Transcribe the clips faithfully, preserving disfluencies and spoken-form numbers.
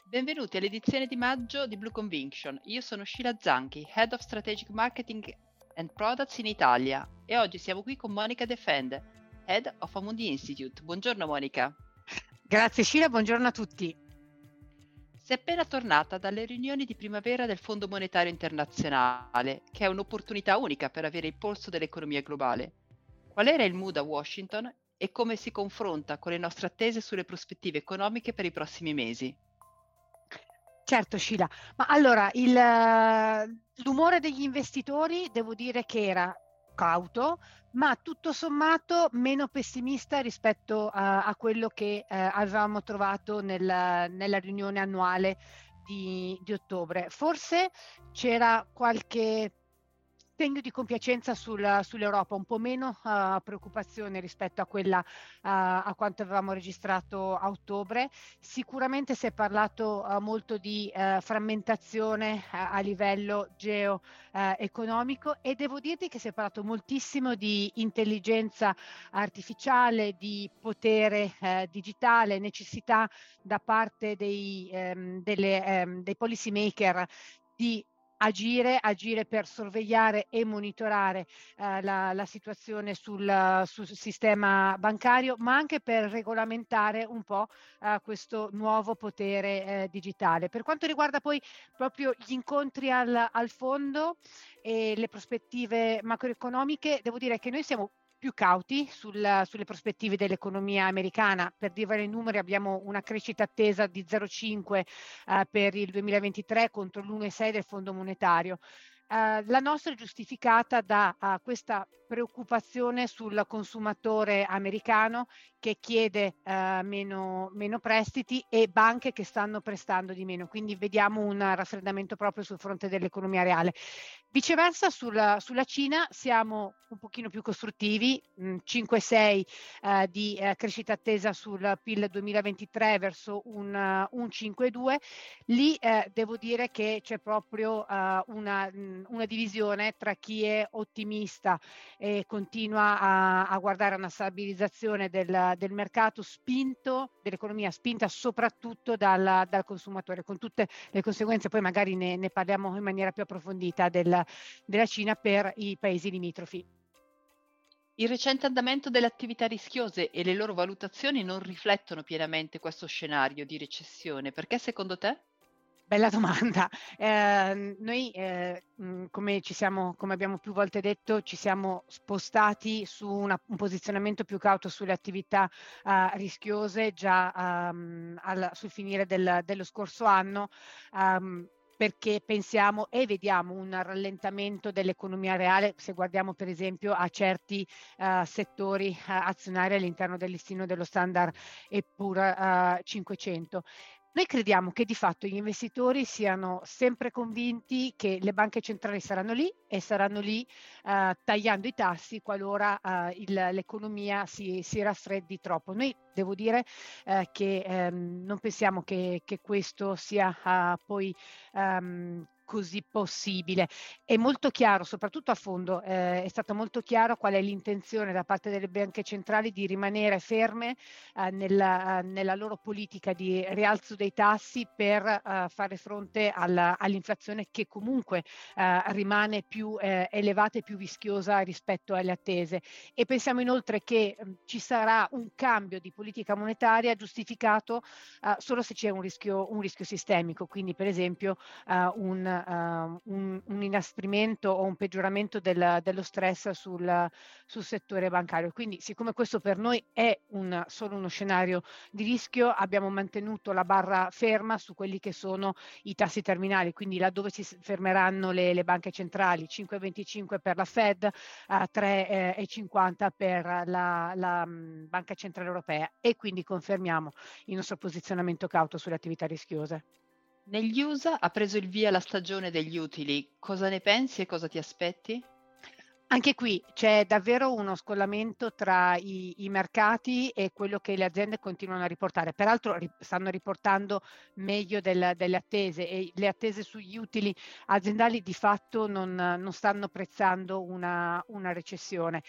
Benvenuti all'edizione di maggio di Blue Conviction. Io sono Sheila Zanchi, Head of Strategic Marketing and Products in Italia e oggi siamo qui con Monica Defend, Head of Amundi Institute. Buongiorno Monica. Grazie Sheila, buongiorno a tutti. Sei appena tornata dalle riunioni di primavera del Fondo Monetario Internazionale, che è un'opportunità unica per avere il polso dell'economia globale. Qual era il mood a Washington e come si confronta con le nostre attese sulle prospettive economiche per i prossimi mesi? Certo Sheila, ma allora il, l'umore degli investitori devo dire che era cauto, ma tutto sommato meno pessimista rispetto a, a quello che eh, avevamo trovato nel, nella riunione annuale di, di ottobre. Forse c'era qualche segno di compiacenza sul, sull'Europa, un po' meno uh, preoccupazione rispetto a quella uh, a quanto avevamo registrato a ottobre. Sicuramente si è parlato uh, molto di uh, frammentazione uh, a livello geo-economico uh, e devo dirti che si è parlato moltissimo di intelligenza artificiale, di potere uh, digitale, necessità da parte dei, um, delle, um, dei policy maker di agire, agire per sorvegliare e monitorare eh, la, la situazione sul, sul sistema bancario, ma anche per regolamentare un po' eh, questo nuovo potere eh, digitale. Per quanto riguarda poi proprio gli incontri al, al fondo e le prospettive macroeconomiche, devo dire che noi siamo più cauti sul, sulle prospettive dell'economia americana. Per dire i numeri, abbiamo una crescita attesa di zero virgola cinque eh, per il duemilaventitré contro l'uno virgola sei del Fondo Monetario. Uh, la nostra è giustificata da uh, questa preoccupazione sul consumatore americano che chiede uh, meno, meno prestiti e banche che stanno prestando di meno, quindi vediamo un raffreddamento proprio sul fronte dell'economia reale. Viceversa sulla, sulla Cina siamo un pochino più costruttivi, mh, cinque sei uh, di uh, crescita attesa sul P I L duemilaventitré verso un, uh, un cinque due. Lì uh, devo dire che c'è proprio uh, una mh, una divisione tra chi è ottimista e continua a, a guardare a una stabilizzazione del, del mercato spinto, dell'economia spinta soprattutto dal, dal consumatore, con tutte le conseguenze, poi magari ne, ne parliamo in maniera più approfondita del, della Cina per i paesi limitrofi. Il recente andamento delle attività rischiose e le loro valutazioni non riflettono pienamente questo scenario di recessione. Perché secondo te? Bella domanda. Eh, noi, eh, come, ci siamo, come abbiamo più volte detto, ci siamo spostati su una, un posizionamento più cauto sulle attività uh, rischiose già um, al, sul finire del, dello scorso anno. Um, perché pensiamo e vediamo un rallentamento dell'economia reale, se guardiamo per esempio a certi uh, settori uh, azionari all'interno del listino dello Standard e Poor's uh, cinquecento. Noi crediamo che di fatto gli investitori siano sempre convinti che le banche centrali saranno lì e saranno lì uh, tagliando i tassi qualora uh, il, l'economia si, si raffreddi troppo. Noi devo dire uh, che um, non pensiamo che, che questo sia uh, poi um, così possibile. È molto chiaro, soprattutto a fondo, eh, è stato molto chiaro qual è l'intenzione da parte delle banche centrali di rimanere ferme eh, nella, nella loro politica di rialzo dei tassi per eh, fare fronte alla, all'inflazione che comunque eh, rimane più eh, elevata e più rischiosa rispetto alle attese. E pensiamo inoltre che eh, ci sarà un cambio di politica monetaria giustificato eh, solo se c'è un rischio, un rischio sistemico, quindi per esempio eh, un Uh, un, un inasprimento o un peggioramento del, dello stress sul, sul settore bancario. Quindi siccome questo per noi è un, solo uno scenario di rischio, abbiamo mantenuto la barra ferma su quelli che sono i tassi terminali, quindi laddove si fermeranno le, le banche centrali, cinque virgola venticinque per la Fed, uh, tre virgola cinquanta per la, la um, Banca Centrale Europea, e quindi confermiamo il nostro posizionamento cauto sulle attività rischiose. Negli U S A ha preso il via la stagione degli utili. Cosa ne pensi e cosa ti aspetti? Anche qui c'è davvero uno scollamento tra i, i mercati e quello che le aziende continuano a riportare. Peraltro ri, stanno riportando meglio del, delle attese, e le attese sugli utili aziendali di fatto non, non stanno prezzando una, una recessione.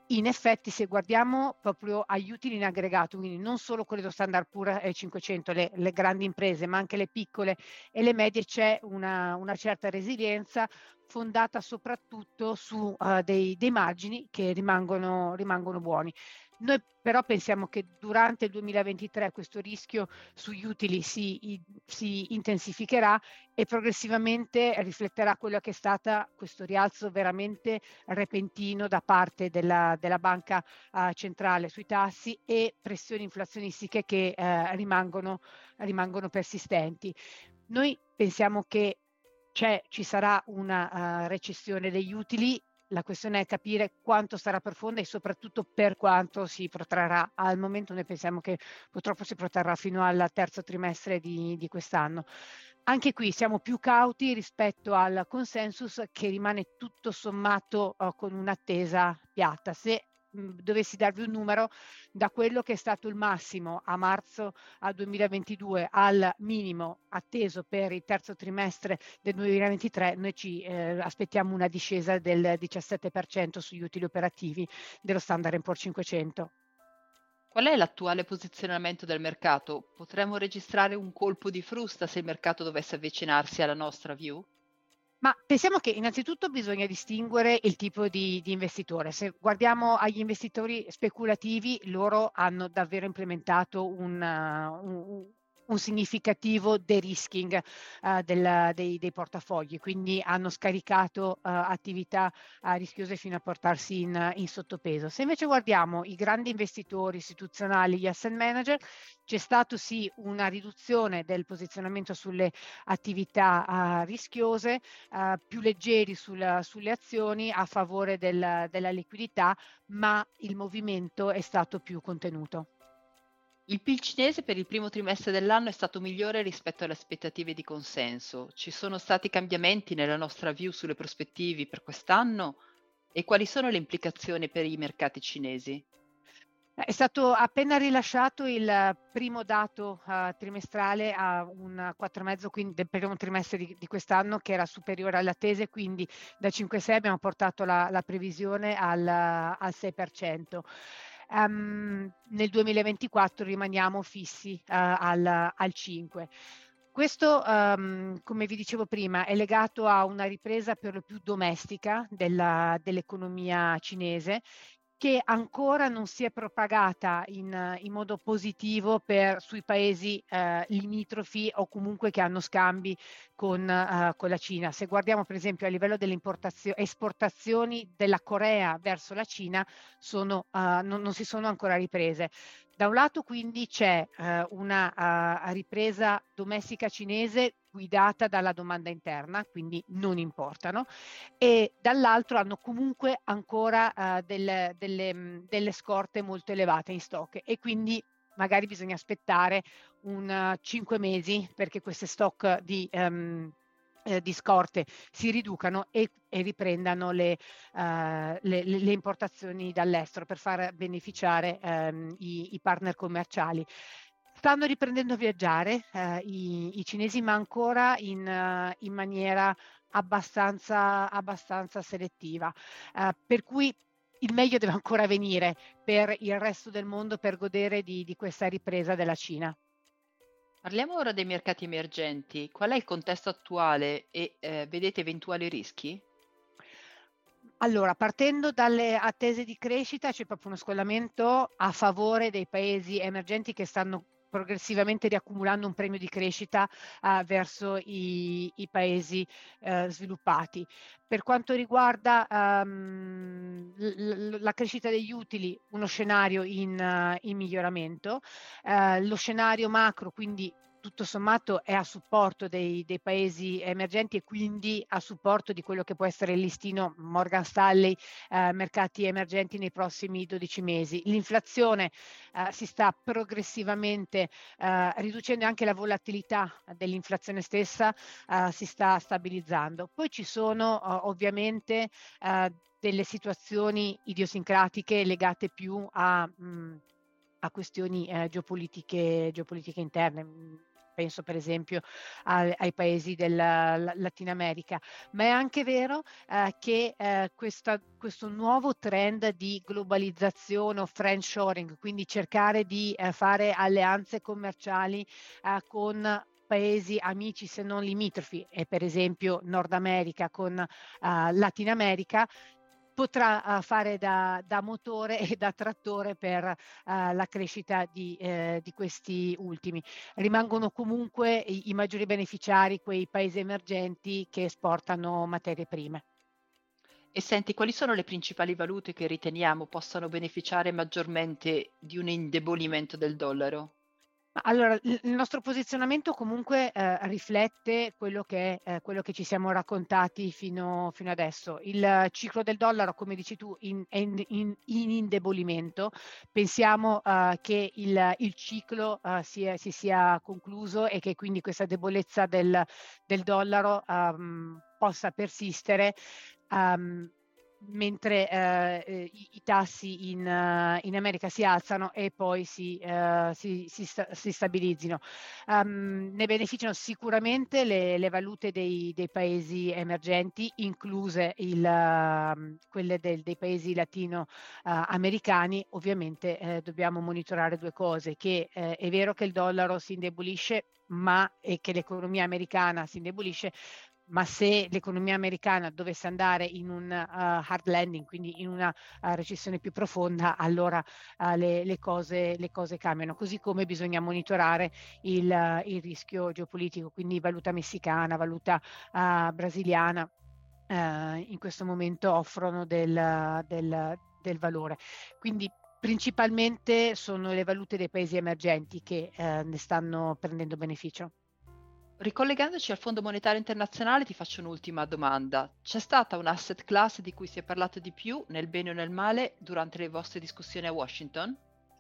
In effetti, se guardiamo proprio agli utili in aggregato, quindi non solo quello dello Standard and Poor's eh, cinquecento, le, le grandi imprese, ma anche le piccole e le medie, c'è una, una certa resilienza fondata soprattutto su uh, dei, dei margini che rimangono, rimangono buoni. Noi però pensiamo che durante il duemilaventitré questo rischio sugli utili si, si intensificherà e progressivamente rifletterà quello che è stato questo rialzo veramente repentino da parte della, della banca uh, centrale sui tassi e pressioni inflazionistiche che uh, rimangono, rimangono persistenti. Noi pensiamo che c'è, ci sarà una uh, recessione degli utili. La questione è capire quanto sarà profonda e soprattutto per quanto si protrarrà. Al momento noi pensiamo che purtroppo si protrarrà fino al terzo trimestre di, di quest'anno. Anche qui siamo più cauti rispetto al consensus, che rimane tutto sommato uh, con un'attesa piatta. Se mh, dovessi darvi un numero, da quello che è stato il massimo a marzo al duemilaventidue al minimo atteso per il terzo trimestre del duemilaventitré, noi ci eh, aspettiamo una discesa del diciassette per cento sugli utili operativi dello Standard and Poor's cinquecento. Qual è l'attuale posizionamento del mercato? Potremmo registrare un colpo di frusta se il mercato dovesse avvicinarsi alla nostra view? Ma pensiamo che innanzitutto bisogna distinguere il tipo di, di investitore. Se guardiamo agli investitori speculativi, loro hanno davvero implementato un, uh, un, un significativo de-risking uh, del, dei, dei portafogli, quindi hanno scaricato uh, attività uh, rischiose fino a portarsi in, in sottopeso. Se invece guardiamo i grandi investitori istituzionali, gli asset manager, c'è stato sì una riduzione del posizionamento sulle attività uh, rischiose, Uh, più leggeri sul, sulle azioni a favore del, della liquidità, ma il movimento è stato più contenuto. Il P I L cinese per il primo trimestre dell'anno è stato migliore rispetto alle aspettative di consenso. Ci sono stati cambiamenti nella nostra view sulle prospettive per quest'anno e quali sono le implicazioni per i mercati cinesi? È stato appena rilasciato il primo dato uh, trimestrale a un quattro virgola cinque, quindi del primo trimestre di, di quest'anno, che era superiore alle attese, quindi da cinque virgola sei abbiamo portato la, la previsione al, al sei per cento. Um, nel duemilaventiquattro rimaniamo fissi uh, al, al cinque per cento. Questo, um, come vi dicevo prima, è legato a una ripresa per lo più domestica della, dell'economia cinese, che ancora non si è propagata in, in modo positivo per, sui paesi eh, limitrofi o comunque che hanno scambi con, eh, con la Cina. Se guardiamo per esempio a livello delle esportazioni della Corea verso la Cina, sono, uh, non, non si sono ancora riprese. Da un lato quindi c'è uh, una uh, ripresa domestica cinese guidata dalla domanda interna, quindi non importano, e dall'altro hanno comunque ancora uh, delle, delle, delle scorte molto elevate in stock e quindi magari bisogna aspettare un uh, cinque mesi perché queste stock di, um, eh, di scorte si riducano e, e riprendano le, uh, le, le importazioni dall'estero per far beneficiare um, i, i partner commerciali. Stanno riprendendo a viaggiare eh, i, i cinesi, ma ancora in, uh, in maniera abbastanza, abbastanza selettiva, uh, per cui il meglio deve ancora venire per il resto del mondo per godere di, di questa ripresa della Cina. Parliamo ora dei mercati emergenti. Qual è il contesto attuale e eh, vedete eventuali rischi? Allora, partendo dalle attese di crescita, c'è proprio uno scollamento a favore dei paesi emergenti che stanno progressivamente riaccumulando un premio di crescita uh, verso i, i paesi uh, sviluppati. Per quanto riguarda um, l- la crescita degli utili, uno scenario in, uh, in miglioramento, uh, lo scenario macro, quindi tutto sommato è a supporto dei, dei paesi emergenti e quindi a supporto di quello che può essere il listino Morgan Stanley, eh, mercati emergenti nei prossimi dodici mesi. L'inflazione eh, si sta progressivamente eh, riducendo, anche la volatilità dell'inflazione stessa eh, si sta stabilizzando. Poi ci sono eh, ovviamente eh, delle situazioni idiosincratiche legate più a, mh, a questioni eh, geopolitiche, geopolitiche interne. penso per esempio ai, ai paesi del la- Latino America, ma è anche vero eh, che eh, questa- questo nuovo trend di globalizzazione o friendshoring, quindi cercare di eh, fare alleanze commerciali eh, con paesi amici se non limitrofi, e per esempio Nord America con uh, Latino America, potrà uh, fare da, da motore e da trattore per uh, la crescita di, eh, di questi ultimi. Rimangono comunque i, i maggiori beneficiari quei paesi emergenti che esportano materie prime. E senti, quali sono le principali valute che riteniamo possano beneficiare maggiormente di un indebolimento del dollaro? Ma allora, il il nostro posizionamento comunque, ehm, riflette quello che è ehm, quello che ci siamo raccontati fino fino adesso. Il ciclo del dollaro, come dici tu, in è in in in indebolimento. Pensiamo, uhm, che il il ciclo, uhm, sia si sia concluso e che quindi questa debolezza del del dollaro, uhm, possa persistere, uhm, mentre, ehm, ehm, i i tassi in eh, in America si alzano e poi si ehm, si si sta si stabilizzino. Uhm, ne beneficiano sicuramente le le valute dei dei paesi emergenti, incluse il mhmm, quelle del dei paesi latino, uhm, americani. Ovviamente, ehm, dobbiamo monitorare due cose: che, ehm, è vero che il dollaro si indebolisce, ma e che l'economia americana si indebolisce, ma se l'economia americana dovesse andare in un uh, hard landing, quindi in una uh, recessione più profonda, allora uh, le, le, cose, le cose cambiano. Così come bisogna monitorare il, uh, il rischio geopolitico, quindi valuta messicana, valuta uh, brasiliana, uh, in questo momento offrono del, del, del valore. Quindi principalmente sono le valute dei paesi emergenti che uh, ne stanno prendendo beneficio. Ricollegandoci al Fondo Monetario Internazionale, ti faccio un'ultima domanda. C'è stata un asset class di cui si è parlato di più, nel bene o nel male, durante le vostre discussioni a Washington?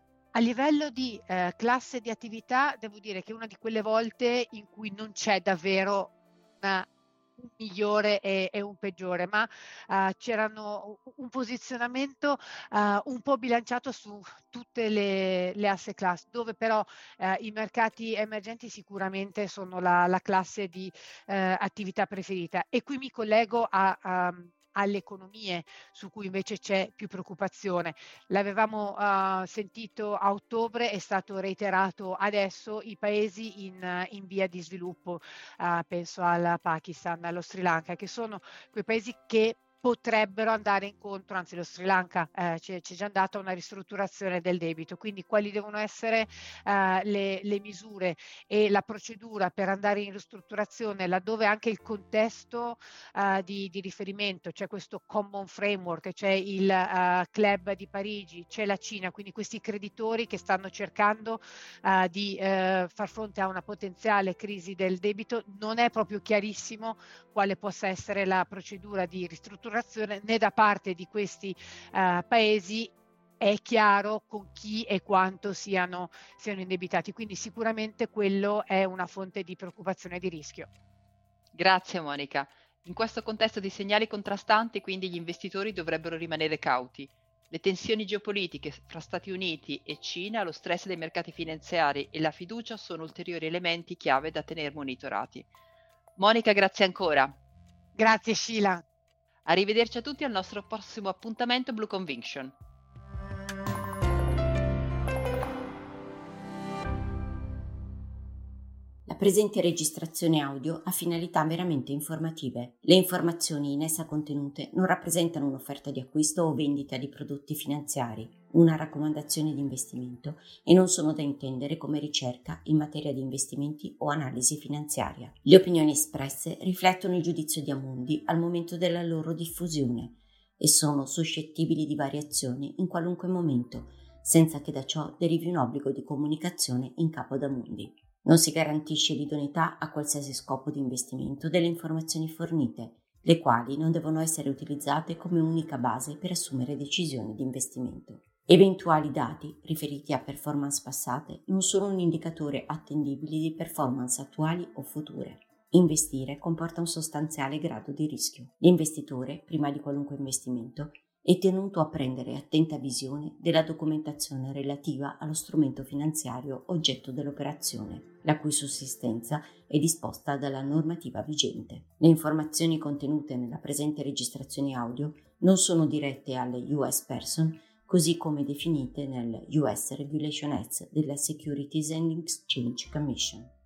A livello di, ehm, classe di attività, devo dire che è una di quelle volte in cui non c'è davvero una un migliore e e un peggiore, ma, uhm, c'erano u un posizionamento, uhm, un po' bilanciato su tutte le le asset class, dove però, ehm, i mercati emergenti sicuramente sono la la classe di, ehm, attività preferita. E qui mi collego a a mhmm, alle economie su cui invece c'è più preoccupazione. L'avevamo uh, sentito a ottobre, è stato reiterato adesso: i paesi in, in via di sviluppo, uh, penso al Pakistan, allo Sri Lanka, che sono quei paesi che potrebbero andare incontro, anzi lo Sri Lanka eh, c'è, c'è già andata a una ristrutturazione del debito. Quindi quali devono essere uh, le, le misure e la procedura per andare in ristrutturazione, laddove anche il contesto uh, di, di riferimento, c'è questo common framework, c'è il uh, club di Parigi, c'è la Cina, quindi questi creditori che stanno cercando uh, di uh, far fronte a una potenziale crisi del debito. Non è proprio chiarissimo quale possa essere la procedura di ristrutturazione né da parte di questi uh, paesi. È chiaro con chi e quanto siano, siano indebitati, quindi sicuramente quello è una fonte di preoccupazione e di rischio. Grazie Monica. In questo contesto di segnali contrastanti, quindi gli investitori dovrebbero rimanere cauti. Le tensioni geopolitiche fra Stati Uniti e Cina, lo stress dei mercati finanziari e la fiducia sono ulteriori elementi chiave da tenere monitorati. Monica, grazie ancora. Grazie Sheila. Arrivederci a tutti al nostro prossimo appuntamento Blue Conviction. La presente registrazione audio ha finalità meramente informative. Le informazioni in essa contenute non rappresentano un'offerta di acquisto o vendita di prodotti finanziari, una raccomandazione di investimento e non sono da intendere come ricerca in materia di investimenti o analisi finanziaria. Le opinioni espresse riflettono il giudizio di Amundi al momento della loro diffusione e sono suscettibili di variazioni in qualunque momento, senza che da ciò derivi un obbligo di comunicazione in capo ad Amundi. Non si garantisce l'idoneità a qualsiasi scopo di investimento delle informazioni fornite, le quali non devono essere utilizzate come unica base per assumere decisioni di investimento. Eventuali dati riferiti a performance passate non sono un indicatore attendibile di performance attuali o future. Investire comporta un sostanziale grado di rischio. L'investitore, prima di qualunque investimento, è tenuto a prendere attenta visione della documentazione relativa allo strumento finanziario oggetto dell'operazione, la cui sussistenza è disposta dalla normativa vigente. Le informazioni contenute nella presente registrazione audio non sono dirette alle U S person, così come definite nel U S Regulation Act della Securities and Exchange Commission.